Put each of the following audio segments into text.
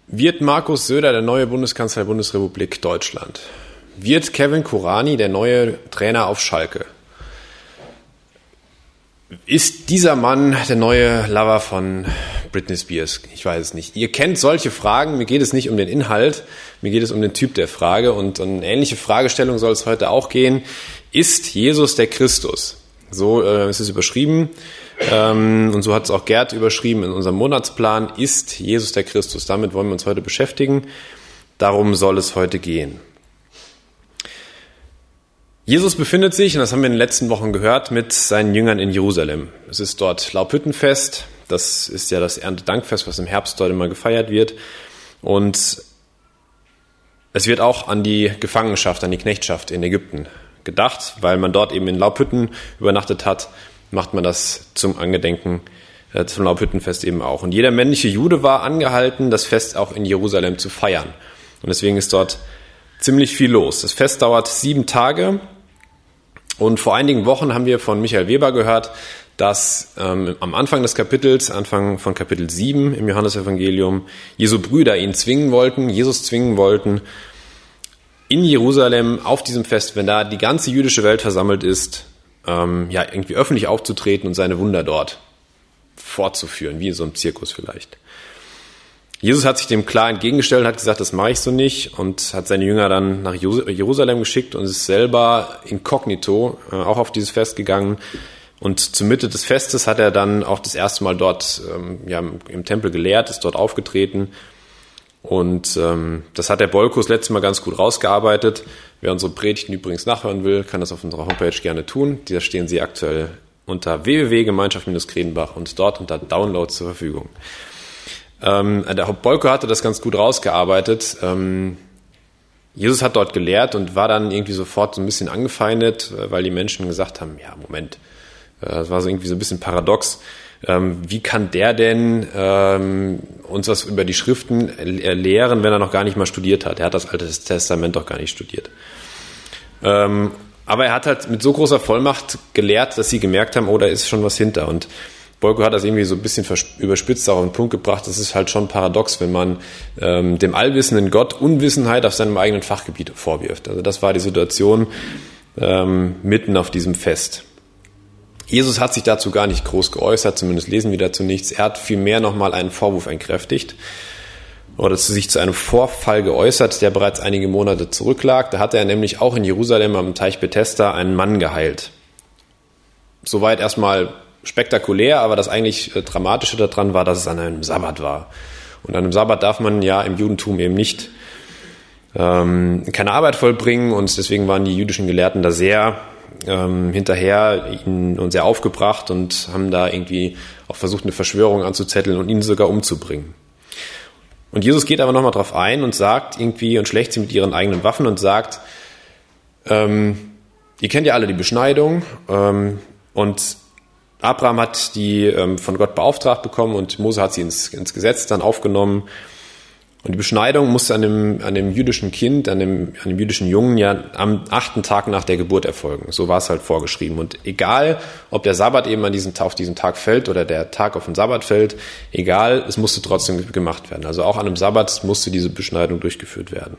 Wird Markus Söder der neue Bundeskanzler der Bundesrepublik Deutschland? Wird Kevin Kurani der neue Trainer auf Schalke? Ist dieser Mann der neue Lover von Britney Spears? Ich weiß es nicht. Ihr kennt solche Fragen. Mir geht es nicht um den Inhalt, mir geht es um den Typ der Frage. Und eine ähnliche Fragestellung soll es heute auch gehen. Ist Jesus der Christus? So ist es überschrieben. Und so hat es auch Gerd überschrieben in unserem Monatsplan. Ist Jesus der Christus? Damit wollen wir uns heute beschäftigen. Darum soll es heute gehen. Jesus befindet sich, und das haben wir in den letzten Wochen gehört, mit seinen Jüngern in Jerusalem. Es ist dort Laubhüttenfest. Das ist ja das Erntedankfest, was im Herbst dort immer gefeiert wird. Und es wird auch an die Gefangenschaft, an die Knechtschaft in Ägypten gedacht, weil man dort eben in Laubhütten übernachtet hat, macht man das zum Angedenken zum Laubhüttenfest eben auch. Und jeder männliche Jude war angehalten, das Fest auch in Jerusalem zu feiern. Und deswegen ist dort ziemlich viel los. Das Fest dauert 7 Tage. Und vor einigen Wochen haben wir von Michael Weber gehört, dass am Anfang des Kapitels, Anfang von Kapitel 7 im Johannesevangelium, Jesu Brüder ihn zwingen wollten, Jesus zwingen wollten, in Jerusalem auf diesem Fest, wenn da die ganze jüdische Welt versammelt ist, irgendwie öffentlich aufzutreten und seine Wunder dort fortzuführen, wie in so einem Zirkus vielleicht. Jesus hat sich dem klar entgegengestellt und hat gesagt, das mache ich so nicht, und hat seine Jünger dann nach Jerusalem geschickt und ist selber inkognito auch auf dieses Fest gegangen. Und zur Mitte des Festes hat er dann auch das erste Mal dort im Tempel gelehrt, ist dort aufgetreten. Und das hat der Bolkus letztes Mal ganz gut rausgearbeitet. Wer unsere Predigten übrigens nachhören will, kann das auf unserer Homepage gerne tun. Da stehen sie aktuell unter www.gemeinschaft-kredenbach und dort unter Download zur Verfügung. Der Bolko hatte das ganz gut rausgearbeitet. Jesus hat dort gelehrt und war dann irgendwie sofort so ein bisschen angefeindet, weil die Menschen gesagt haben, ja, Moment, das war so irgendwie so ein bisschen paradox. Wie kann der denn uns was über die Schriften lehren, wenn er noch gar nicht mal studiert hat? Er hat das Alte Testament doch gar nicht studiert. Aber er hat halt mit so großer Vollmacht gelehrt, dass sie gemerkt haben, oh, da ist schon was hinter. Und Bolko hat das irgendwie so ein bisschen überspitzt auch auf den Punkt gebracht. Das ist halt schon paradox, wenn man dem allwissenden Gott Unwissenheit auf seinem eigenen Fachgebiet vorwirft. Also das war die Situation mitten auf diesem Fest. Jesus hat sich dazu gar nicht groß geäußert, zumindest lesen wir dazu nichts. Er hat vielmehr nochmal einen Vorwurf entkräftigt oder sich zu einem Vorfall geäußert, der bereits einige Monate zurücklag. Da hatte er nämlich auch in Jerusalem am Teich Bethesda einen Mann geheilt. Soweit erstmal spektakulär, aber das eigentlich Dramatische daran war, dass es an einem Sabbat war. Und an einem Sabbat darf man ja im Judentum eben nicht keine Arbeit vollbringen, und deswegen waren die jüdischen Gelehrten da sehr hinterher und sehr aufgebracht und haben da irgendwie auch versucht, eine Verschwörung anzuzetteln und ihn sogar umzubringen. Und Jesus geht aber nochmal drauf ein und sagt irgendwie und schlägt sie mit ihren eigenen Waffen und sagt, ihr kennt ja alle die Beschneidung, und Abraham hat die von Gott beauftragt bekommen und Mose hat sie ins Gesetz dann aufgenommen. Und die Beschneidung musste an dem jüdischen Kind, an dem jüdischen Jungen ja am 8. Tag nach der Geburt erfolgen. So war es halt vorgeschrieben. Und egal, ob der Sabbat eben auf diesen Tag fällt oder der Tag auf den Sabbat fällt, egal, es musste trotzdem gemacht werden. Also auch an einem Sabbat musste diese Beschneidung durchgeführt werden.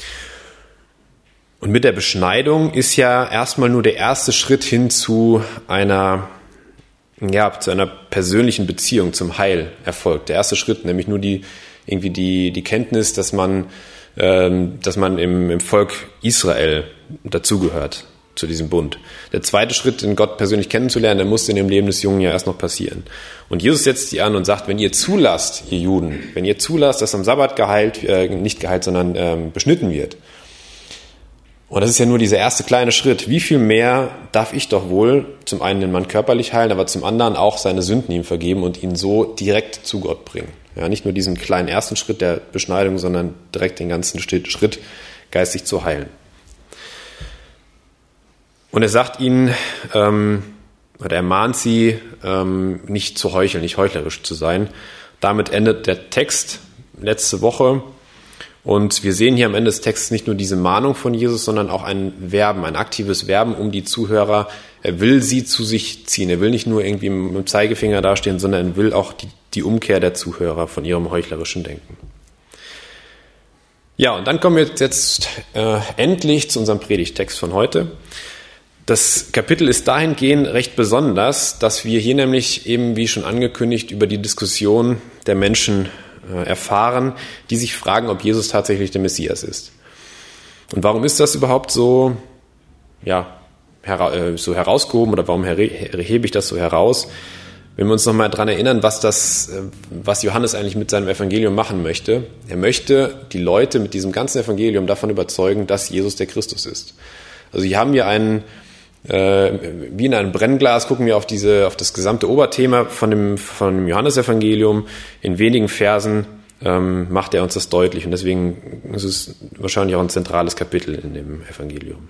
Und mit der Beschneidung ist ja erstmal nur der erste Schritt hin zu einer persönlichen Beziehung zum Heil erfolgt. Der erste Schritt, nämlich nur die Kenntnis, dass man im Volk Israel dazugehört, zu diesem Bund. Der zweite Schritt, den Gott persönlich kennenzulernen, der musste in dem Leben des Jungen ja erst noch passieren. Und Jesus setzt sie an und sagt, wenn ihr zulasst, ihr Juden, dass am Sabbat beschnitten wird, und das ist ja nur dieser erste kleine Schritt, wie viel mehr darf ich doch wohl zum einen den Mann körperlich heilen, aber zum anderen auch seine Sünden ihm vergeben und ihn so direkt zu Gott bringen. Ja, nicht nur diesen kleinen ersten Schritt der Beschneidung, sondern direkt den ganzen Schritt geistig zu heilen. Und er sagt ihnen, oder er mahnt sie, nicht zu heucheln, nicht heuchlerisch zu sein. Damit endet der Text letzte Woche. Und wir sehen hier am Ende des Textes nicht nur diese Mahnung von Jesus, sondern auch ein Werben, ein aktives Werben um die Zuhörer. Er will sie zu sich ziehen. Er will nicht nur irgendwie mit dem Zeigefinger dastehen, sondern er will auch die Umkehr der Zuhörer von ihrem heuchlerischen Denken. Ja, und dann kommen wir jetzt endlich zu unserem Predigttext von heute. Das Kapitel ist dahingehend recht besonders, dass wir hier nämlich eben, wie schon angekündigt, über die Diskussion der Menschen erfahren, die sich fragen, ob Jesus tatsächlich der Messias ist. Und warum ist das überhaupt so, so herausgehoben oder warum hebe ich das so heraus? Wenn wir uns nochmal daran erinnern, was Johannes eigentlich mit seinem Evangelium machen möchte. Er möchte die Leute mit diesem ganzen Evangelium davon überzeugen, dass Jesus der Christus ist. Also hier haben wir wie in einem Brennglas gucken wir auf das gesamte Oberthema von dem Johannesevangelium. In wenigen Versen macht er uns das deutlich und deswegen ist es wahrscheinlich auch ein zentrales Kapitel in dem Evangelium.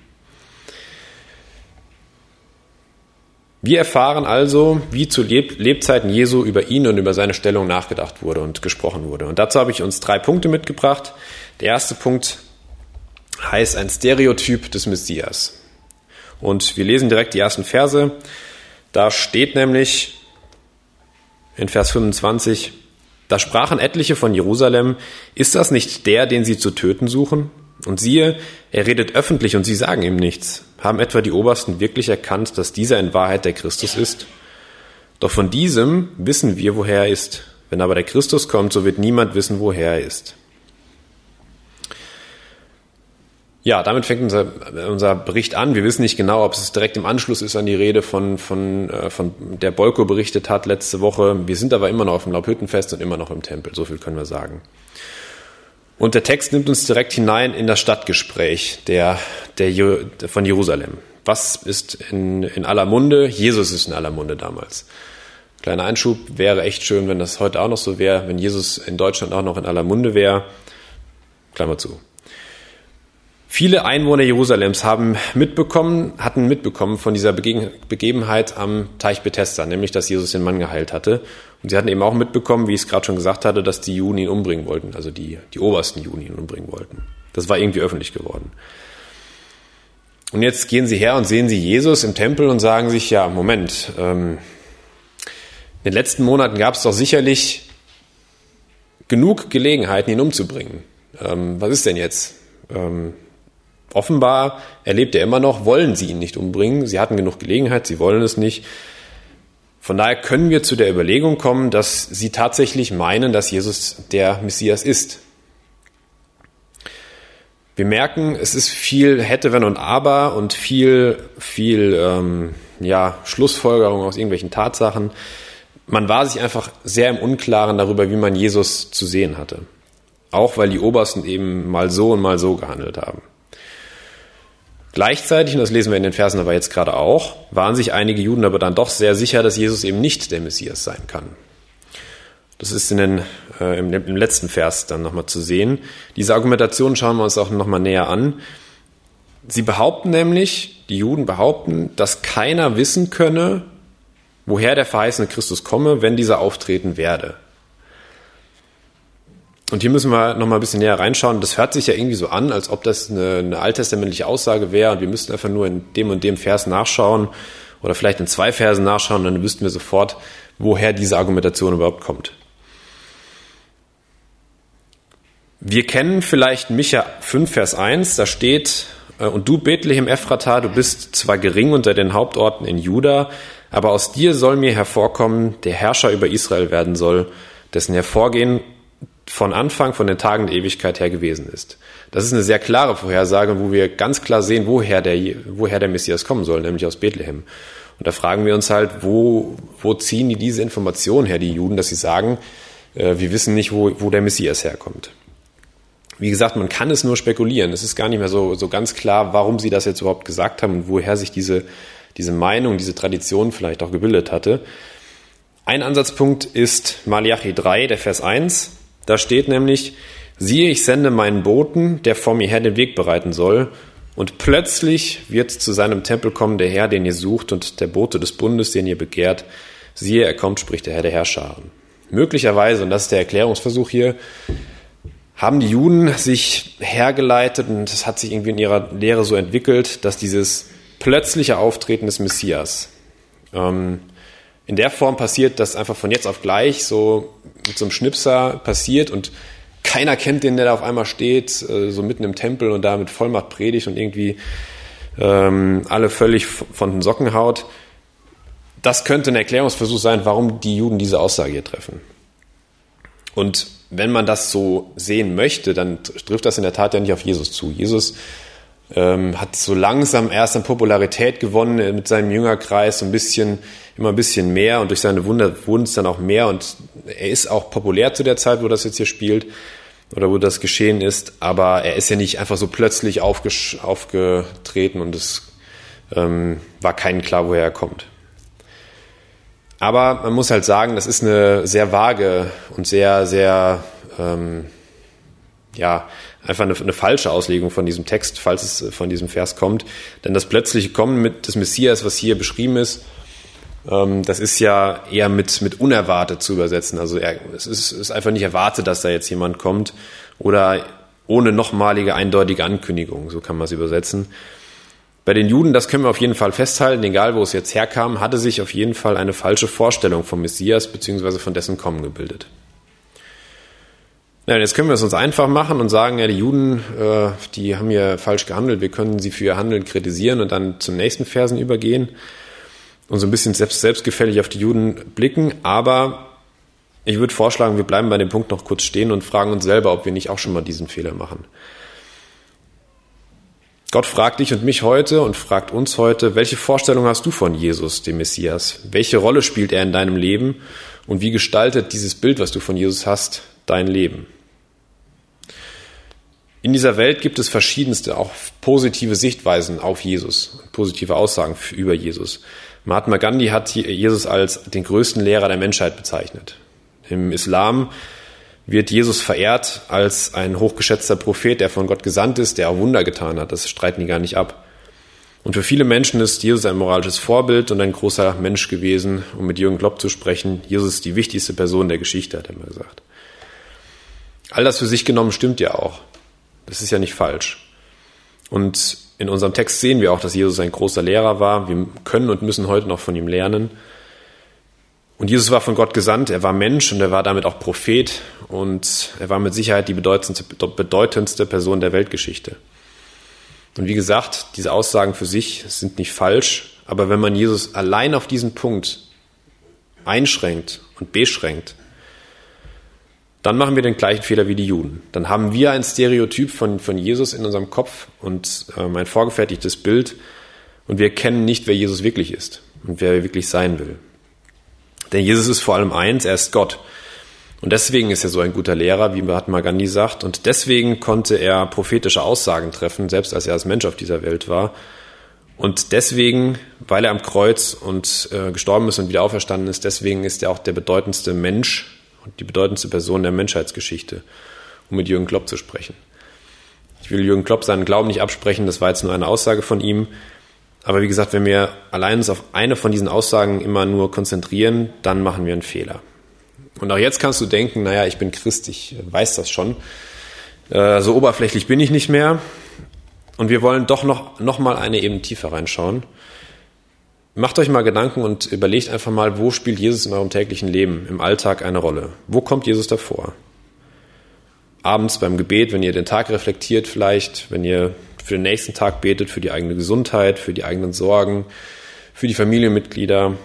Wir erfahren also, wie zu Lebzeiten Jesu über ihn und über seine Stellung nachgedacht wurde und gesprochen wurde. Und dazu habe ich uns 3 Punkte mitgebracht. Der erste Punkt heißt ein Stereotyp des Messias. Und wir lesen direkt die ersten Verse. Da steht nämlich in Vers 25, da sprachen etliche von Jerusalem, ist das nicht der, den sie zu töten suchen? Und siehe, er redet öffentlich und sie sagen ihm nichts. Haben etwa die Obersten wirklich erkannt, dass dieser in Wahrheit der Christus ist? Doch von diesem wissen wir, woher er ist. Wenn aber der Christus kommt, so wird niemand wissen, woher er ist. Ja, damit fängt unser Bericht an. Wir wissen nicht genau, ob es direkt im Anschluss ist an die Rede von der Bolko berichtet hat letzte Woche. Wir sind aber immer noch auf dem Laubhüttenfest und immer noch im Tempel. So viel können wir sagen. Und der Text nimmt uns direkt hinein in das Stadtgespräch von Jerusalem. Was ist in aller Munde? Jesus ist in aller Munde damals. Kleiner Einschub, wäre echt schön, wenn das heute auch noch so wäre, wenn Jesus in Deutschland auch noch in aller Munde wäre. Klammer zu. Viele Einwohner Jerusalems hatten mitbekommen von dieser Begebenheit am Teich Bethesda, nämlich, dass Jesus den Mann geheilt hatte. Und sie hatten eben auch mitbekommen, wie ich es gerade schon gesagt hatte, dass die Juden ihn umbringen wollten, also die obersten Juden ihn umbringen wollten. Das war irgendwie öffentlich geworden. Und jetzt gehen sie her und sehen sie Jesus im Tempel und sagen sich, ja, Moment, in den letzten Monaten gab es doch sicherlich genug Gelegenheiten, ihn umzubringen. Was ist denn jetzt? Offenbar erlebt er immer noch, wollen sie ihn nicht umbringen. Sie hatten genug Gelegenheit, sie wollen es nicht. Von daher können wir zu der Überlegung kommen, dass sie tatsächlich meinen, dass Jesus der Messias ist. Wir merken, es ist viel Hätte, Wenn und Aber und viel Schlussfolgerung aus irgendwelchen Tatsachen. Man war sich einfach sehr im Unklaren darüber, wie man Jesus zu sehen hatte. Auch weil die Obersten eben mal so und mal so gehandelt haben. Gleichzeitig, und das lesen wir in den Versen aber jetzt gerade auch, waren sich einige Juden aber dann doch sehr sicher, dass Jesus eben nicht der Messias sein kann. Das ist im letzten Vers dann nochmal zu sehen. Diese Argumentation schauen wir uns auch nochmal näher an. Die Juden behaupten, dass keiner wissen könne, woher der verheißene Christus komme, wenn dieser auftreten werde. Und hier müssen wir noch mal ein bisschen näher reinschauen. Das hört sich ja irgendwie so an, als ob das eine alttestamentliche Aussage wäre und wir müssten einfach nur in dem und dem Vers nachschauen oder vielleicht in 2 Versen nachschauen, dann wüssten wir sofort, woher diese Argumentation überhaupt kommt. Wir kennen vielleicht Micha 5, Vers 1, da steht, und du Bethlehem Ephrata, du bist zwar gering unter den Hauptorten in Juda, aber aus dir soll mir hervorkommen, der Herrscher über Israel werden soll, dessen Hervorgehen von Anfang, von den Tagen der Ewigkeit her gewesen ist. Das ist eine sehr klare Vorhersage, wo wir ganz klar sehen, woher der Messias kommen soll, nämlich aus Bethlehem. Und da fragen wir uns halt, wo ziehen die diese Informationen her, die Juden, dass sie sagen, wir wissen nicht, wo der Messias herkommt. Wie gesagt, man kann es nur spekulieren. Es ist gar nicht mehr so ganz klar, warum sie das jetzt überhaupt gesagt haben und woher sich diese Meinung, diese Tradition vielleicht auch gebildet hatte. Ein Ansatzpunkt ist Malachi 3, der Vers 1. Da steht nämlich, siehe, ich sende meinen Boten, der vor mir her den Weg bereiten soll, und plötzlich wird zu seinem Tempel kommen der Herr, den ihr sucht, und der Bote des Bundes, den ihr begehrt. Siehe, er kommt, spricht der Herr der Herrscharen. Möglicherweise, und das ist der Erklärungsversuch hier, haben die Juden sich hergeleitet, und es hat sich irgendwie in ihrer Lehre so entwickelt, dass dieses plötzliche Auftreten des Messias in der Form passiert, dass einfach von jetzt auf gleich so mit so einem Schnipser passiert und keiner kennt den, der da auf einmal steht, so mitten im Tempel und da mit Vollmacht predigt und irgendwie alle völlig von den Socken haut. Das könnte ein Erklärungsversuch sein, warum die Juden diese Aussage hier treffen. Und wenn man das so sehen möchte, dann trifft das in der Tat ja nicht auf Jesus zu. Jesus hat so langsam erst an Popularität gewonnen mit seinem Jüngerkreis, immer ein bisschen mehr, und durch seine Wunder wurden es dann auch mehr, und er ist auch populär zu der Zeit, wo das jetzt hier spielt oder wo das geschehen ist, aber er ist ja nicht einfach so plötzlich aufgetreten und es war keinem klar, woher er kommt. Aber man muss halt sagen, das ist eine sehr vage und sehr, sehr einfach eine falsche Auslegung von diesem Text, falls es von diesem Vers kommt. Denn das plötzliche Kommen des Messias, was hier beschrieben ist, das ist ja eher mit unerwartet zu übersetzen. Also es ist einfach nicht erwartet, dass da jetzt jemand kommt, oder ohne nochmalige eindeutige Ankündigung, so kann man es übersetzen. Bei den Juden, das können wir auf jeden Fall festhalten, egal wo es jetzt herkam, hatte sich auf jeden Fall eine falsche Vorstellung vom Messias bzw. von dessen Kommen gebildet. Ja, jetzt können wir es uns einfach machen und sagen, ja, die Juden, die haben hier falsch gehandelt, wir können sie für ihr Handeln kritisieren und dann zum nächsten Versen übergehen und so ein bisschen selbstgefällig auf die Juden blicken. Aber ich würde vorschlagen, wir bleiben bei dem Punkt noch kurz stehen und fragen uns selber, ob wir nicht auch schon mal diesen Fehler machen. Gott fragt dich und mich heute und fragt uns heute, welche Vorstellung hast du von Jesus, dem Messias? Welche Rolle spielt er in deinem Leben und wie gestaltet dieses Bild, was du von Jesus hast, dein Leben? In dieser Welt gibt es verschiedenste, auch positive Sichtweisen auf Jesus, positive Aussagen über Jesus. Mahatma Gandhi hat Jesus als den größten Lehrer der Menschheit bezeichnet. Im Islam wird Jesus verehrt als ein hochgeschätzter Prophet, der von Gott gesandt ist, der auch Wunder getan hat. Das streiten die gar nicht ab. Und für viele Menschen ist Jesus ein moralisches Vorbild und ein großer Mensch gewesen. Um mit Jürgen Klopp zu sprechen, Jesus ist die wichtigste Person der Geschichte, hat er mal gesagt. All das für sich genommen stimmt ja auch. Das ist ja nicht falsch. Und in unserem Text sehen wir auch, dass Jesus ein großer Lehrer war. Wir können und müssen heute noch von ihm lernen. Und Jesus war von Gott gesandt, er war Mensch und er war damit auch Prophet und er war mit Sicherheit die bedeutendste Person der Weltgeschichte. Und wie gesagt, diese Aussagen für sich sind nicht falsch, aber wenn man Jesus allein auf diesen Punkt einschränkt und beschränkt, dann machen wir den gleichen Fehler wie die Juden. Dann haben wir ein Stereotyp von Jesus in unserem Kopf und ein vorgefertigtes Bild und wir kennen nicht, wer Jesus wirklich ist und wer er wirklich sein will. Denn Jesus ist vor allem eins, er ist Gott. Und deswegen ist er so ein guter Lehrer, wie Mahatma Gandhi sagt. Und deswegen konnte er prophetische Aussagen treffen, selbst als er als Mensch auf dieser Welt war. Und deswegen, weil er am Kreuz und gestorben ist und wieder auferstanden ist, deswegen ist er auch der bedeutendste Mensch und die bedeutendste Person der Menschheitsgeschichte, um mit Jürgen Klopp zu sprechen. Ich will Jürgen Klopp seinen Glauben nicht absprechen, das war jetzt nur eine Aussage von ihm. Aber wie gesagt, wenn wir allein uns auf eine von diesen Aussagen immer nur konzentrieren, dann machen wir einen Fehler. Und auch jetzt kannst du denken, naja, ich bin Christ, ich weiß das schon. So oberflächlich bin ich nicht mehr. Und wir wollen doch noch mal eine Ebene tiefer reinschauen. Macht euch mal Gedanken und überlegt einfach mal, wo spielt Jesus in eurem täglichen Leben, im Alltag eine Rolle? Wo kommt Jesus davor? Abends beim Gebet, wenn ihr den Tag reflektiert vielleicht, wenn ihr für den nächsten Tag betet, für die eigene Gesundheit, für die eigenen Sorgen, für die Familienmitglieder.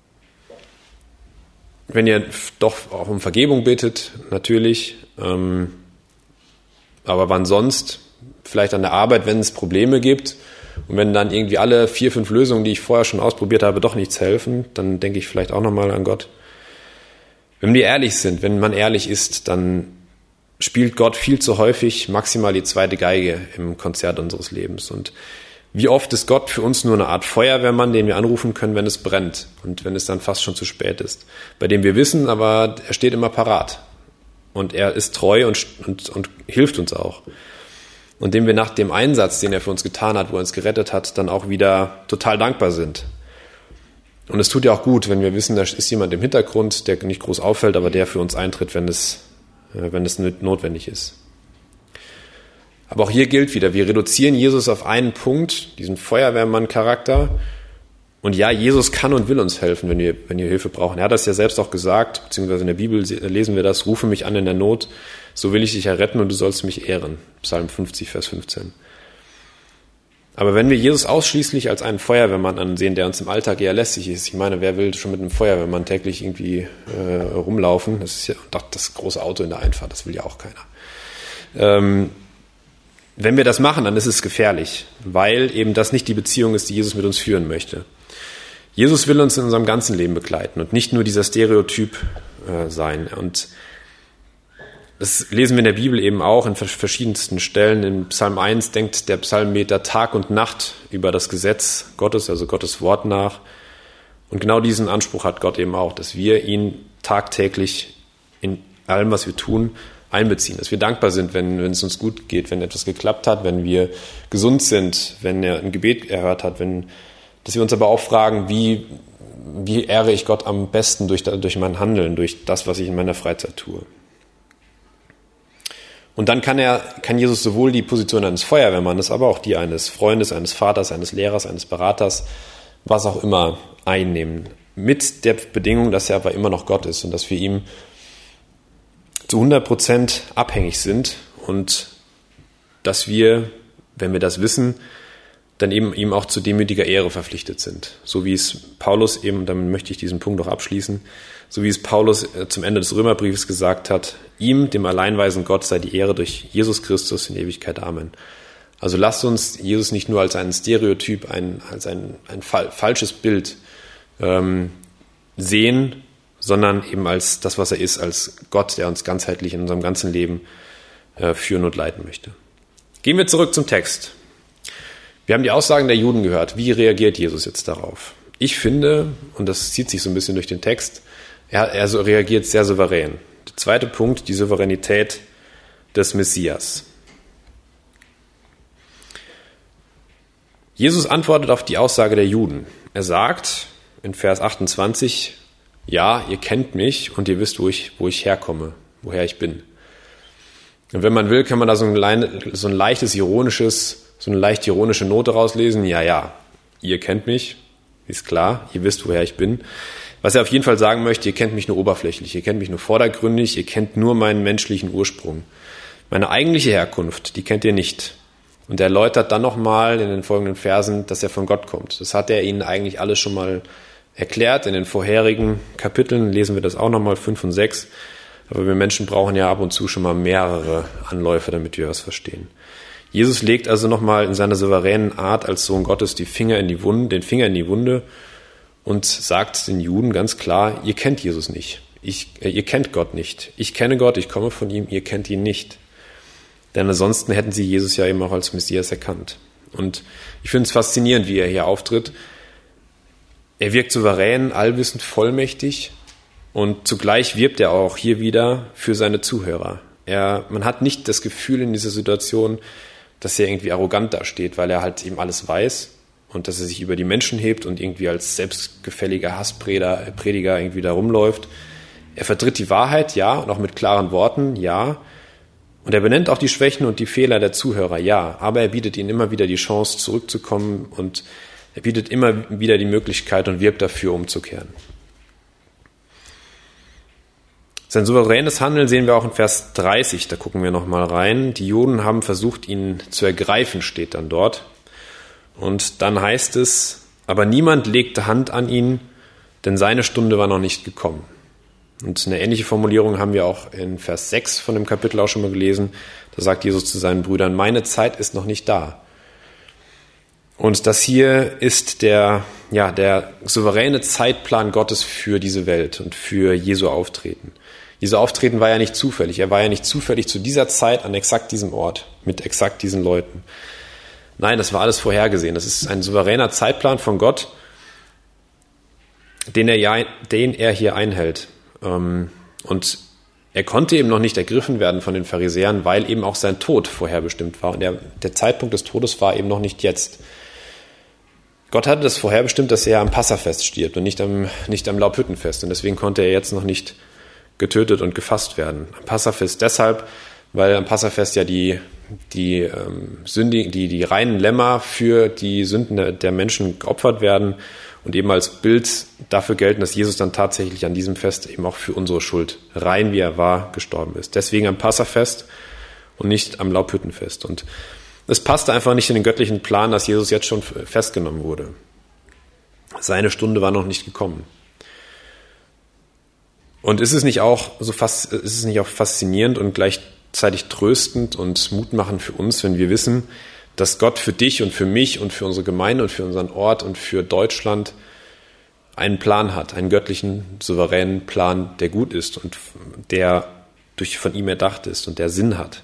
Wenn ihr doch auch um Vergebung betet, natürlich. Aber wann sonst? Vielleicht an der Arbeit, wenn es Probleme gibt. Und wenn dann irgendwie alle 4, 5 Lösungen, die ich vorher schon ausprobiert habe, doch nichts helfen, dann denke ich vielleicht auch nochmal an Gott. Wenn wir ehrlich sind, wenn man ehrlich ist, dann spielt Gott viel zu häufig maximal die zweite Geige im Konzert unseres Lebens. Und wie oft ist Gott für uns nur eine Art Feuerwehrmann, den wir anrufen können, wenn es brennt und wenn es dann fast schon zu spät ist. Bei dem wir wissen, aber er steht immer parat. Und er ist treu und hilft uns auch. Und dem wir nach dem Einsatz, den er für uns getan hat, wo er uns gerettet hat, dann auch wieder total dankbar sind. Und es tut ja auch gut, wenn wir wissen, da ist jemand im Hintergrund, der nicht groß auffällt, aber der für uns eintritt, wenn es notwendig ist. Aber auch hier gilt wieder, wir reduzieren Jesus auf einen Punkt, diesen Feuerwehrmann-Charakter, Und ja, Jesus kann und will uns helfen, wenn wir Hilfe brauchen. Er hat das ja selbst auch gesagt, beziehungsweise in der Bibel lesen wir das: Rufe mich an in der Not, so will ich dich erretten und du sollst mich ehren. Psalm 50, Vers 15. Aber wenn wir Jesus ausschließlich als einen Feuerwehrmann ansehen, der uns im Alltag eher lästig ist, ich meine, wer will schon mit einem Feuerwehrmann täglich irgendwie rumlaufen? Das ist ja das große Auto in der Einfahrt, das will ja auch keiner. Wenn wir das machen, dann ist es gefährlich, weil eben das nicht die Beziehung ist, die Jesus mit uns führen möchte. Jesus will uns in unserem ganzen Leben begleiten und nicht nur dieser Stereotyp sein. Und das lesen wir in der Bibel eben auch in verschiedensten Stellen. In Psalm 1 denkt der Psalmbeter Tag und Nacht über das Gesetz Gottes, also Gottes Wort nach. Und genau diesen Anspruch hat Gott eben auch, dass wir ihn tagtäglich in allem, was wir tun, einbeziehen. Dass wir dankbar sind, wenn es uns gut geht, wenn etwas geklappt hat, wenn wir gesund sind, wenn er ein Gebet erhört hat, dass wir uns aber auch fragen, wie ehre ich Gott am besten durch mein Handeln, durch das, was ich in meiner Freizeit tue. Und dann kann Jesus sowohl die Position eines Feuerwehrmannes, aber auch die eines Freundes, eines Vaters, eines Lehrers, eines Beraters, was auch immer, einnehmen. Mit der Bedingung, dass er aber immer noch Gott ist und dass wir ihm zu 100% abhängig sind und dass wir, wenn wir das wissen, dann eben ihm auch zu demütiger Ehre verpflichtet sind. So wie es Paulus eben, damit möchte ich diesen Punkt noch abschließen, so wie es Paulus zum Ende des Römerbriefes gesagt hat: ihm, dem alleinweisen Gott, sei die Ehre durch Jesus Christus in Ewigkeit. Amen. Also lasst uns Jesus nicht nur als einen Stereotyp, als ein falsches Bild sehen, sondern eben als das, was er ist, als Gott, der uns ganzheitlich in unserem ganzen Leben führen und leiten möchte. Gehen wir zurück zum Text. Wir haben die Aussagen der Juden gehört. Wie reagiert Jesus jetzt darauf? Ich finde, und das zieht sich so ein bisschen durch den Text, er reagiert sehr souverän. Der zweite Punkt, die Souveränität des Messias. Jesus antwortet auf die Aussage der Juden. Er sagt in Vers 28, ja, ihr kennt mich und ihr wisst, wo ich herkomme, woher ich bin. Und wenn man will, kann man da so eine leicht ironische Note rauslesen. Ja, ihr kennt mich, ist klar, ihr wisst, woher ich bin. Was er auf jeden Fall sagen möchte: ihr kennt mich nur oberflächlich, ihr kennt mich nur vordergründig, ihr kennt nur meinen menschlichen Ursprung. Meine eigentliche Herkunft, die kennt ihr nicht. Und er erläutert dann nochmal in den folgenden Versen, dass er von Gott kommt. Das hat er ihnen eigentlich alles schon mal erklärt. In den vorherigen Kapiteln lesen wir das auch nochmal, 5 und 6. Aber wir Menschen brauchen ja ab und zu schon mal mehrere Anläufe, damit wir was verstehen. Jesus legt also nochmal in seiner souveränen Art als Sohn Gottes den Finger in die Wunde und sagt den Juden ganz klar: ihr kennt Jesus nicht. Ihr kennt Gott nicht. Ich kenne Gott, ich komme von ihm, ihr kennt ihn nicht. Denn ansonsten hätten sie Jesus ja eben auch als Messias erkannt. Und ich finde es faszinierend, wie er hier auftritt. Er wirkt souverän, allwissend, vollmächtig und zugleich wirbt er auch hier wieder für seine Zuhörer. Man hat nicht das Gefühl in dieser Situation, dass er irgendwie arrogant dasteht, weil er halt eben alles weiß und dass er sich über die Menschen hebt und irgendwie als selbstgefälliger Hassprediger irgendwie da rumläuft. Er vertritt die Wahrheit, ja, und auch mit klaren Worten, ja. Und er benennt auch die Schwächen und die Fehler der Zuhörer, ja. Aber er bietet ihnen immer wieder die Chance, zurückzukommen, und er bietet immer wieder die Möglichkeit und wirbt dafür, umzukehren. Sein souveränes Handeln sehen wir auch in Vers 30, da gucken wir nochmal rein. Die Juden haben versucht, ihn zu ergreifen, steht dann dort. Und dann heißt es: aber niemand legte Hand an ihn, denn seine Stunde war noch nicht gekommen. Und eine ähnliche Formulierung haben wir auch in Vers 6 von dem Kapitel auch schon mal gelesen. Da sagt Jesus zu seinen Brüdern: meine Zeit ist noch nicht da. Und das hier ist der souveräne Zeitplan Gottes für diese Welt und für Jesu Auftreten. Jesu Auftreten war ja nicht zufällig. Er war ja nicht zufällig zu dieser Zeit an exakt diesem Ort mit exakt diesen Leuten. Nein, das war alles vorhergesehen. Das ist ein souveräner Zeitplan von Gott, den er hier einhält. Und er konnte eben noch nicht ergriffen werden von den Pharisäern, weil eben auch sein Tod vorherbestimmt war. Und der Zeitpunkt des Todes war eben noch nicht jetzt. Gott hatte das vorherbestimmt, dass er am Passafest stirbt und nicht am Laubhüttenfest. Und deswegen konnte er jetzt noch nicht getötet und gefasst werden. Am Passafest deshalb, weil am Passafest ja die reinen Lämmer für die Sünden der Menschen geopfert werden und eben als Bild dafür gelten, dass Jesus dann tatsächlich an diesem Fest eben auch für unsere Schuld, rein wie er war, gestorben ist. Deswegen am Passafest und nicht am Laubhüttenfest. Und es passte einfach nicht in den göttlichen Plan, dass Jesus jetzt schon festgenommen wurde. Seine Stunde war noch nicht gekommen. Und ist es nicht auch faszinierend und gleichzeitig tröstend und mutmachend für uns, wenn wir wissen, dass Gott für dich und für mich und für unsere Gemeinde und für unseren Ort und für Deutschland einen Plan hat, einen göttlichen, souveränen Plan, der gut ist und der von ihm erdacht ist und der Sinn hat.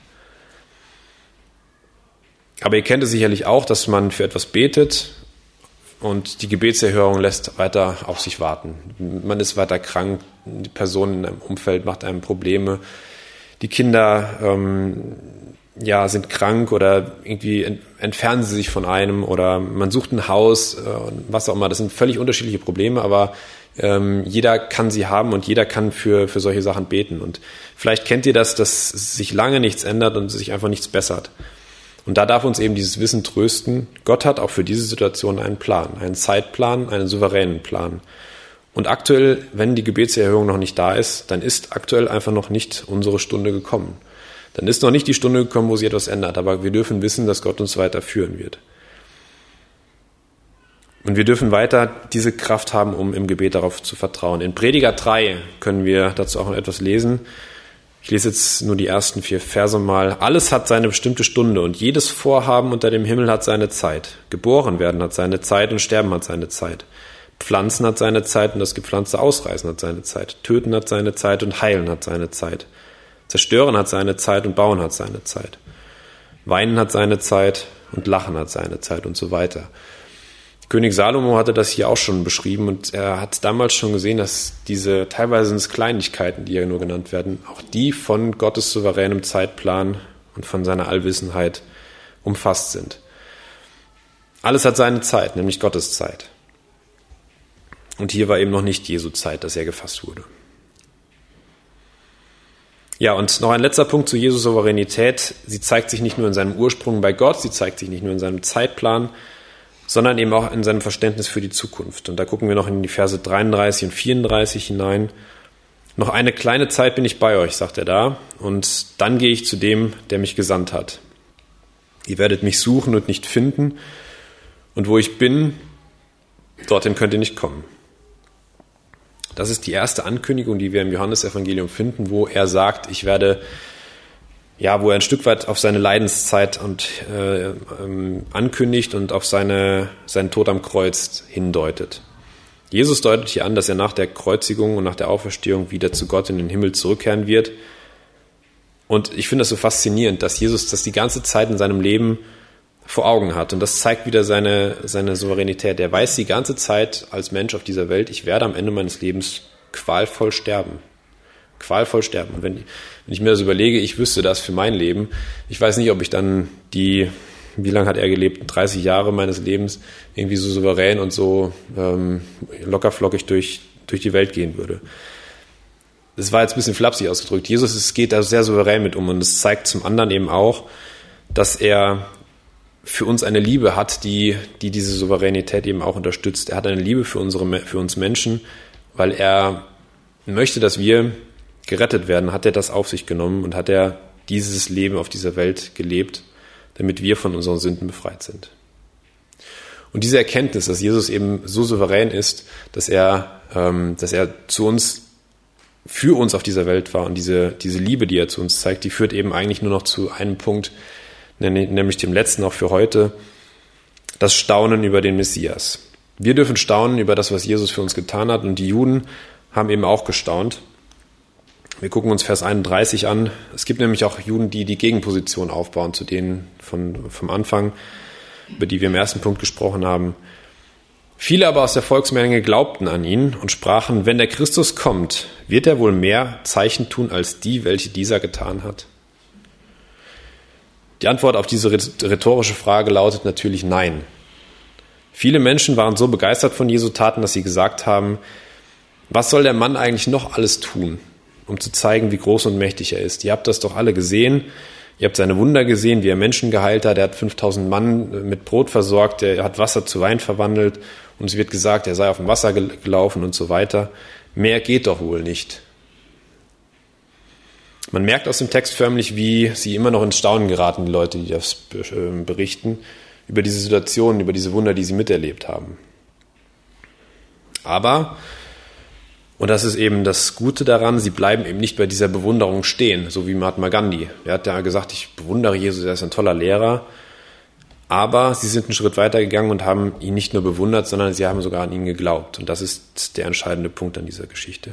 Aber ihr kennt es sicherlich auch, dass man für etwas betet und die Gebetserhörung lässt weiter auf sich warten. Man ist weiter krank, die Person in einem Umfeld macht einem Probleme, die Kinder sind krank oder irgendwie entfernen sie sich von einem oder man sucht ein Haus, was auch immer. Das sind völlig unterschiedliche Probleme, aber jeder kann sie haben und jeder kann für solche Sachen beten. Und vielleicht kennt ihr das, dass sich lange nichts ändert und sich einfach nichts bessert. Und da darf uns eben dieses Wissen trösten, Gott hat auch für diese Situation einen Plan, einen Zeitplan, einen souveränen Plan. Und aktuell, wenn die Gebetserhörung noch nicht da ist, dann ist aktuell einfach noch nicht unsere Stunde gekommen. Dann ist noch nicht die Stunde gekommen, wo sich etwas ändert, aber wir dürfen wissen, dass Gott uns weiter führen wird. Und wir dürfen weiter diese Kraft haben, um im Gebet darauf zu vertrauen. In Prediger 3 können wir dazu auch noch etwas lesen. Ich lese jetzt nur die ersten 4 Verse mal. Alles hat seine bestimmte Stunde und jedes Vorhaben unter dem Himmel hat seine Zeit. Geboren werden hat seine Zeit und Sterben hat seine Zeit. Pflanzen hat seine Zeit und das Gepflanzte ausreißen hat seine Zeit. Töten hat seine Zeit und heilen hat seine Zeit. Zerstören hat seine Zeit und bauen hat seine Zeit. Weinen hat seine Zeit und Lachen hat seine Zeit und so weiter. König Salomo hatte das hier auch schon beschrieben und er hat damals schon gesehen, dass diese teilweise sind es Kleinigkeiten, die ja nur genannt werden, auch die von Gottes souveränem Zeitplan und von seiner Allwissenheit umfasst sind. Alles hat seine Zeit, nämlich Gottes Zeit. Und hier war eben noch nicht Jesu Zeit, dass er gefasst wurde. Ja, und noch ein letzter Punkt zu Jesu Souveränität. Sie zeigt sich nicht nur in seinem Ursprung bei Gott, sie zeigt sich nicht nur in seinem Zeitplan, sondern eben auch in seinem Verständnis für die Zukunft. Und da gucken wir noch in die Verse 33 und 34 hinein. Noch eine kleine Zeit bin ich bei euch, sagt er da, und dann gehe ich zu dem, der mich gesandt hat. Ihr werdet mich suchen und nicht finden, und wo ich bin, dorthin könnt ihr nicht kommen. Das ist die erste Ankündigung, die wir im Johannesevangelium finden, wo er sagt, wo er ein Stück weit auf seine Leidenszeit ankündigt und auf seinen Tod am Kreuz hindeutet. Jesus deutet hier an, dass er nach der Kreuzigung und nach der Auferstehung wieder zu Gott in den Himmel zurückkehren wird. Und ich finde das so faszinierend, dass Jesus das die ganze Zeit in seinem Leben vor Augen hat. Und das zeigt wieder seine Souveränität. Er weiß die ganze Zeit als Mensch auf dieser Welt, ich werde am Ende meines Lebens qualvoll sterben. Qualvoll sterben. Und wenn ich mir das überlege, ich wüsste das für mein Leben. Ich weiß nicht, ob ich dann wie lange hat er gelebt? 30 Jahre meines Lebens irgendwie so souverän und so lockerflockig durch die Welt gehen würde. Das war jetzt ein bisschen flapsig ausgedrückt. Jesus geht da sehr souverän mit um und es zeigt zum anderen eben auch, dass er für uns eine Liebe hat, die diese Souveränität eben auch unterstützt. Er hat eine Liebe für uns Menschen, weil er möchte, dass wir gerettet werden, hat er das auf sich genommen und hat er dieses Leben auf dieser Welt gelebt, damit wir von unseren Sünden befreit sind. Und diese Erkenntnis, dass Jesus eben so souverän ist, dass er für uns auf dieser Welt war und diese Liebe, die er zu uns zeigt, die führt eben eigentlich nur noch zu einem Punkt, nämlich dem letzten auch für heute, das Staunen über den Messias. Wir dürfen staunen über das, was Jesus für uns getan hat und die Juden haben eben auch gestaunt. Wir gucken uns Vers 31 an. Es gibt nämlich auch Juden, die Gegenposition aufbauen zu denen vom Anfang, über die wir im ersten Punkt gesprochen haben. Viele aber aus der Volksmenge glaubten an ihn und sprachen, wenn der Christus kommt, wird er wohl mehr Zeichen tun als die, welche dieser getan hat? Die Antwort auf diese rhetorische Frage lautet natürlich nein. Viele Menschen waren so begeistert von Jesu Taten, dass sie gesagt haben, was soll der Mann eigentlich noch alles tun, um zu zeigen, wie groß und mächtig er ist? Ihr habt das doch alle gesehen. Ihr habt seine Wunder gesehen, wie er Menschen geheilt hat. Er hat 5000 Mann mit Brot versorgt. Er hat Wasser zu Wein verwandelt. und es wird gesagt, er sei auf dem Wasser gelaufen und so weiter. Mehr geht doch wohl nicht. Man merkt aus dem Text förmlich, wie sie immer noch ins Staunen geraten, die Leute, die das berichten, über diese Situation, über diese Wunder, die sie miterlebt haben. Aber, und das ist eben das Gute daran, sie bleiben eben nicht bei dieser Bewunderung stehen, so wie Mahatma Gandhi. Er hat ja gesagt, ich bewundere Jesus, er ist ein toller Lehrer. Aber sie sind einen Schritt weiter gegangen und haben ihn nicht nur bewundert, sondern sie haben sogar an ihn geglaubt. Und das ist der entscheidende Punkt an dieser Geschichte.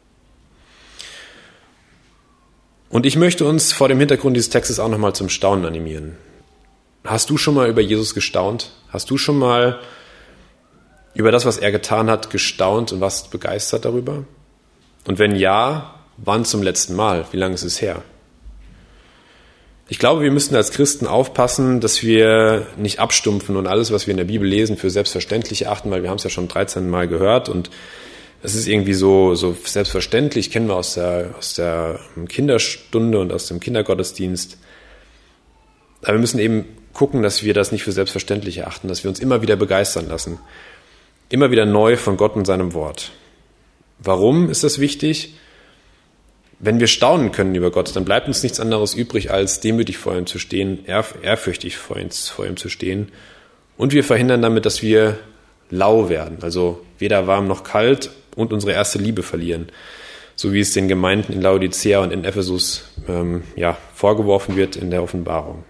Und ich möchte uns vor dem Hintergrund dieses Textes auch nochmal zum Staunen animieren. Hast du schon mal über Jesus gestaunt? Hast du schon mal über das, was er getan hat, gestaunt und warst begeistert darüber? Und wenn ja, wann zum letzten Mal? Wie lange ist es her? Ich glaube, wir müssen als Christen aufpassen, dass wir nicht abstumpfen und alles, was wir in der Bibel lesen, für selbstverständlich erachten, weil wir haben es ja schon 13 Mal gehört und es ist irgendwie so selbstverständlich, kennen wir aus der Kinderstunde und aus dem Kindergottesdienst. Aber wir müssen eben gucken, dass wir das nicht für selbstverständlich erachten, dass wir uns immer wieder begeistern lassen. Immer wieder neu von Gott und seinem Wort. Warum ist das wichtig? Wenn wir staunen können über Gott, dann bleibt uns nichts anderes übrig, als demütig vor ihm zu stehen, ehrfürchtig vor ihm zu stehen. Und wir verhindern damit, dass wir lau werden, also weder warm noch kalt und unsere erste Liebe verlieren, so wie es den Gemeinden in Laodicea und in Ephesus vorgeworfen wird in der Offenbarung.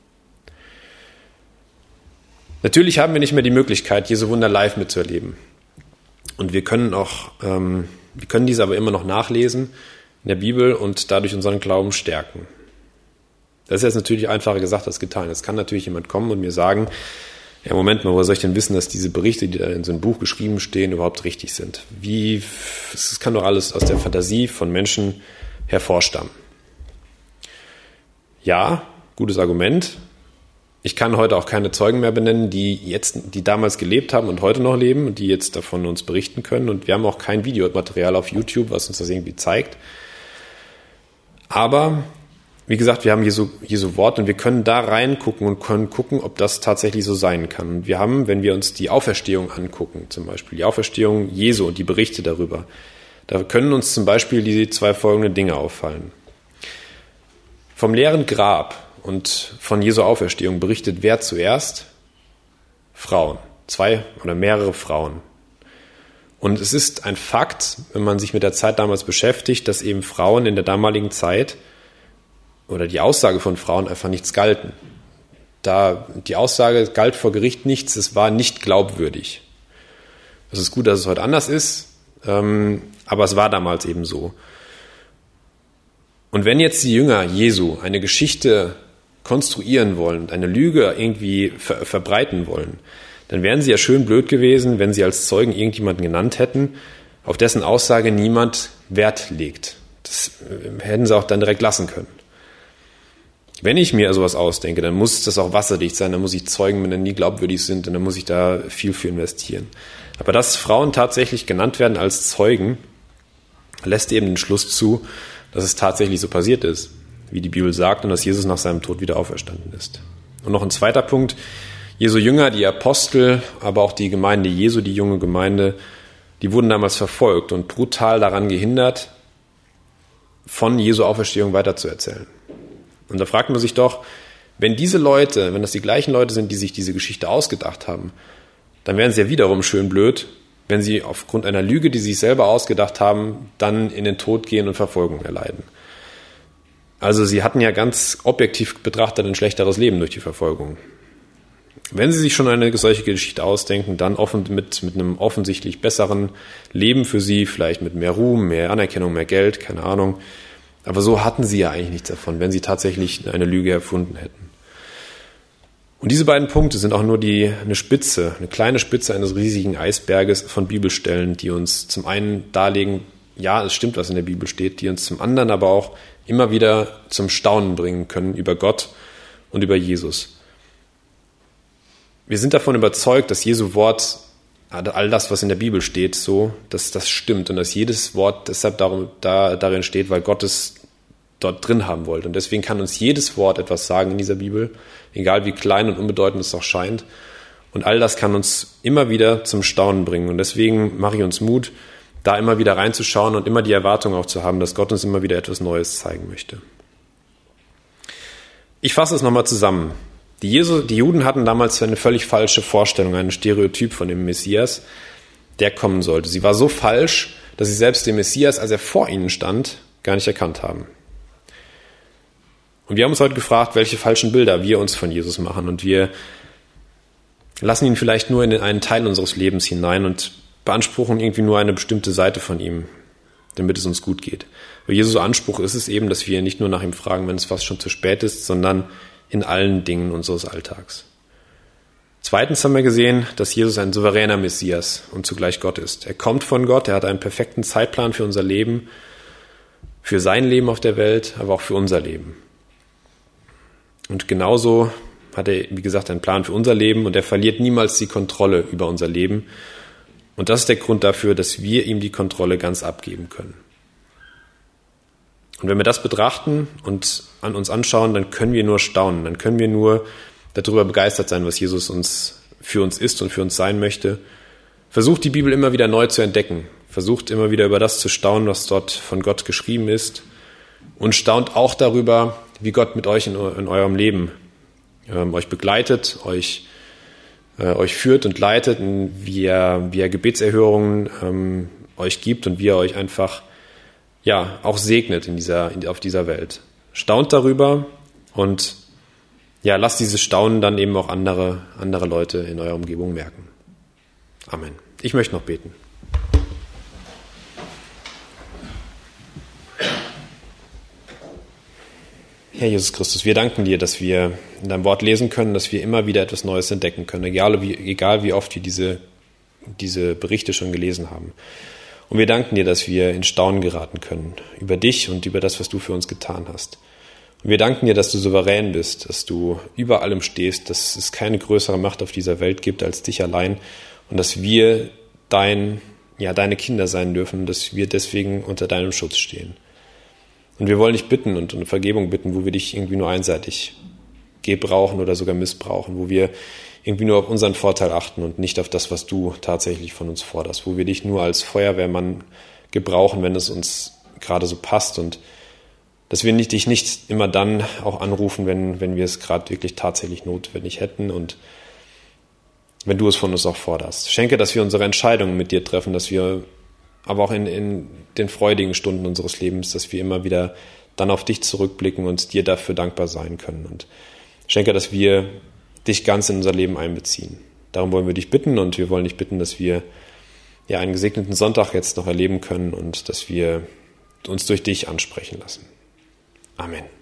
Natürlich haben wir nicht mehr die Möglichkeit, Jesu Wunder live mitzuerleben. Und wir können diese aber immer noch nachlesen in der Bibel und dadurch unseren Glauben stärken. Das ist jetzt natürlich einfacher gesagt als getan. Jetzt kann natürlich jemand kommen und mir sagen, ja, Moment mal, woher soll ich denn wissen, dass diese Berichte, die da in so einem Buch geschrieben stehen, überhaupt richtig sind? Es kann doch alles aus der Fantasie von Menschen hervorstammen. Ja, gutes Argument. Ich kann heute auch keine Zeugen mehr benennen, die damals gelebt haben und heute noch leben und die jetzt davon uns berichten können. Und wir haben auch kein Videomaterial auf YouTube, was uns das irgendwie zeigt. Aber wie gesagt, wir haben Jesu Wort und wir können da reingucken und können gucken, ob das tatsächlich so sein kann. Und wir haben, wenn wir uns die Auferstehung angucken, zum Beispiel die Auferstehung Jesu und die Berichte darüber, da können uns zum Beispiel die 2 folgenden Dinge auffallen. Vom leeren Grab und von Jesu Auferstehung berichtet wer zuerst? Frauen. 2 oder mehrere Frauen. Und es ist ein Fakt, wenn man sich mit der Zeit damals beschäftigt, dass eben Frauen in der damaligen Zeit oder die Aussage von Frauen einfach nichts galten. Die Aussage galt vor Gericht nichts, es war nicht glaubwürdig. Es ist gut, dass es heute anders ist, aber es war damals eben so. Und wenn jetzt die Jünger Jesu eine Geschichte konstruieren wollen, eine Lüge irgendwie verbreiten wollen, dann wären sie ja schön blöd gewesen, wenn sie als Zeugen irgendjemanden genannt hätten, auf dessen Aussage niemand Wert legt. Das hätten sie auch dann direkt lassen können. Wenn ich mir sowas ausdenke, dann muss das auch wasserdicht sein, dann muss ich Zeugen benennen, die glaubwürdig sind und dann muss ich da viel für investieren. Aber dass Frauen tatsächlich genannt werden als Zeugen, lässt eben den Schluss zu, dass es tatsächlich so passiert ist, wie die Bibel sagt, und dass Jesus nach seinem Tod wieder auferstanden ist. Und noch ein zweiter Punkt, Jesu Jünger, die Apostel, aber auch die Gemeinde Jesu, die junge Gemeinde, die wurden damals verfolgt und brutal daran gehindert, von Jesu Auferstehung weiterzuerzählen. Und da fragt man sich doch, wenn das die gleichen Leute sind, die sich diese Geschichte ausgedacht haben, dann wären sie ja wiederum schön blöd, wenn sie aufgrund einer Lüge, die sie sich selber ausgedacht haben, dann in den Tod gehen und Verfolgung erleiden. Also sie hatten ja ganz objektiv betrachtet ein schlechteres Leben durch die Verfolgung. Wenn sie sich schon eine solche Geschichte ausdenken, dann mit einem offensichtlich besseren Leben für sie, vielleicht mit mehr Ruhm, mehr Anerkennung, mehr Geld, keine Ahnung. Aber so hatten sie ja eigentlich nichts davon, wenn sie tatsächlich eine Lüge erfunden hätten. Und diese beiden Punkte sind auch nur eine kleine Spitze eines riesigen Eisberges von Bibelstellen, die uns zum einen darlegen, ja, es stimmt, was in der Bibel steht, die uns zum anderen aber auch immer wieder zum Staunen bringen können über Gott und über Jesus. Wir sind davon überzeugt, dass Jesu Wort, all das, was in der Bibel steht, so, dass das stimmt und dass jedes Wort deshalb darin steht, weil Gott es dort drin haben wollte. Und deswegen kann uns jedes Wort etwas sagen in dieser Bibel, egal wie klein und unbedeutend es auch scheint. Und all das kann uns immer wieder zum Staunen bringen. Und deswegen mache ich uns Mut, da immer wieder reinzuschauen und immer die Erwartung auch zu haben, dass Gott uns immer wieder etwas Neues zeigen möchte. Ich fasse es nochmal zusammen. Die Juden hatten damals eine völlig falsche Vorstellung, ein Stereotyp von dem Messias, der kommen sollte. Sie war so falsch, dass sie selbst den Messias, als er vor ihnen stand, gar nicht erkannt haben. Und wir haben uns heute gefragt, welche falschen Bilder wir uns von Jesus machen. Und wir lassen ihn vielleicht nur in einen Teil unseres Lebens hinein und beanspruchen irgendwie nur eine bestimmte Seite von ihm, damit es uns gut geht. Weil Jesus Anspruch ist es eben, dass wir nicht nur nach ihm fragen, wenn es fast schon zu spät ist, sondern in allen Dingen unseres Alltags. Zweitens haben wir gesehen, dass Jesus ein souveräner Messias und zugleich Gott ist. Er kommt von Gott, er hat einen perfekten Zeitplan für unser Leben, für sein Leben auf der Welt, aber auch für unser Leben. Und genauso hat er, wie gesagt, einen Plan für unser Leben und er verliert niemals die Kontrolle über unser Leben. Und das ist der Grund dafür, dass wir ihm die Kontrolle ganz abgeben können. Und wenn wir das betrachten und an uns anschauen, dann können wir nur staunen, dann können wir nur darüber begeistert sein, was Jesus für uns ist und für uns sein möchte. Versucht die Bibel immer wieder neu zu entdecken, versucht immer wieder über das zu staunen, was dort von Gott geschrieben ist und staunt auch darüber, wie Gott mit euch in eurem Leben euch begleitet, euch führt und leitet, wie er Gebetserhörungen euch gibt und wie er euch einfach auch segnet auf dieser Welt. Staunt darüber und lasst dieses Staunen dann eben auch andere Leute in eurer Umgebung merken. Amen. Ich möchte noch beten. Herr Jesus Christus, wir danken dir, dass wir in deinem Wort lesen können, dass wir immer wieder etwas Neues entdecken können, egal wie oft wir diese Berichte schon gelesen haben. Und wir danken dir, dass wir in Staunen geraten können über dich und über das, was du für uns getan hast. Und wir danken dir, dass du souverän bist, dass du über allem stehst, dass es keine größere Macht auf dieser Welt gibt als dich allein und dass wir deine Kinder sein dürfen, dass wir deswegen unter deinem Schutz stehen. Und wir wollen dich bitten und um Vergebung bitten, wo wir dich irgendwie nur einseitig gebrauchen oder sogar missbrauchen, wo wir irgendwie nur auf unseren Vorteil achten und nicht auf das, was du tatsächlich von uns forderst, wo wir dich nur als Feuerwehrmann gebrauchen, wenn es uns gerade so passt und dass wir dich nicht immer dann auch anrufen, wenn wir es gerade wirklich tatsächlich notwendig hätten und wenn du es von uns auch forderst. Schenke, dass wir unsere Entscheidungen mit dir treffen, dass wir aber auch in den freudigen Stunden unseres Lebens, dass wir immer wieder dann auf dich zurückblicken und dir dafür dankbar sein können. Und schenke, dass wir dich ganz in unser Leben einbeziehen. Darum wollen wir dich bitten und wir wollen dich bitten, dass wir einen gesegneten Sonntag jetzt noch erleben können und dass wir uns durch dich ansprechen lassen. Amen.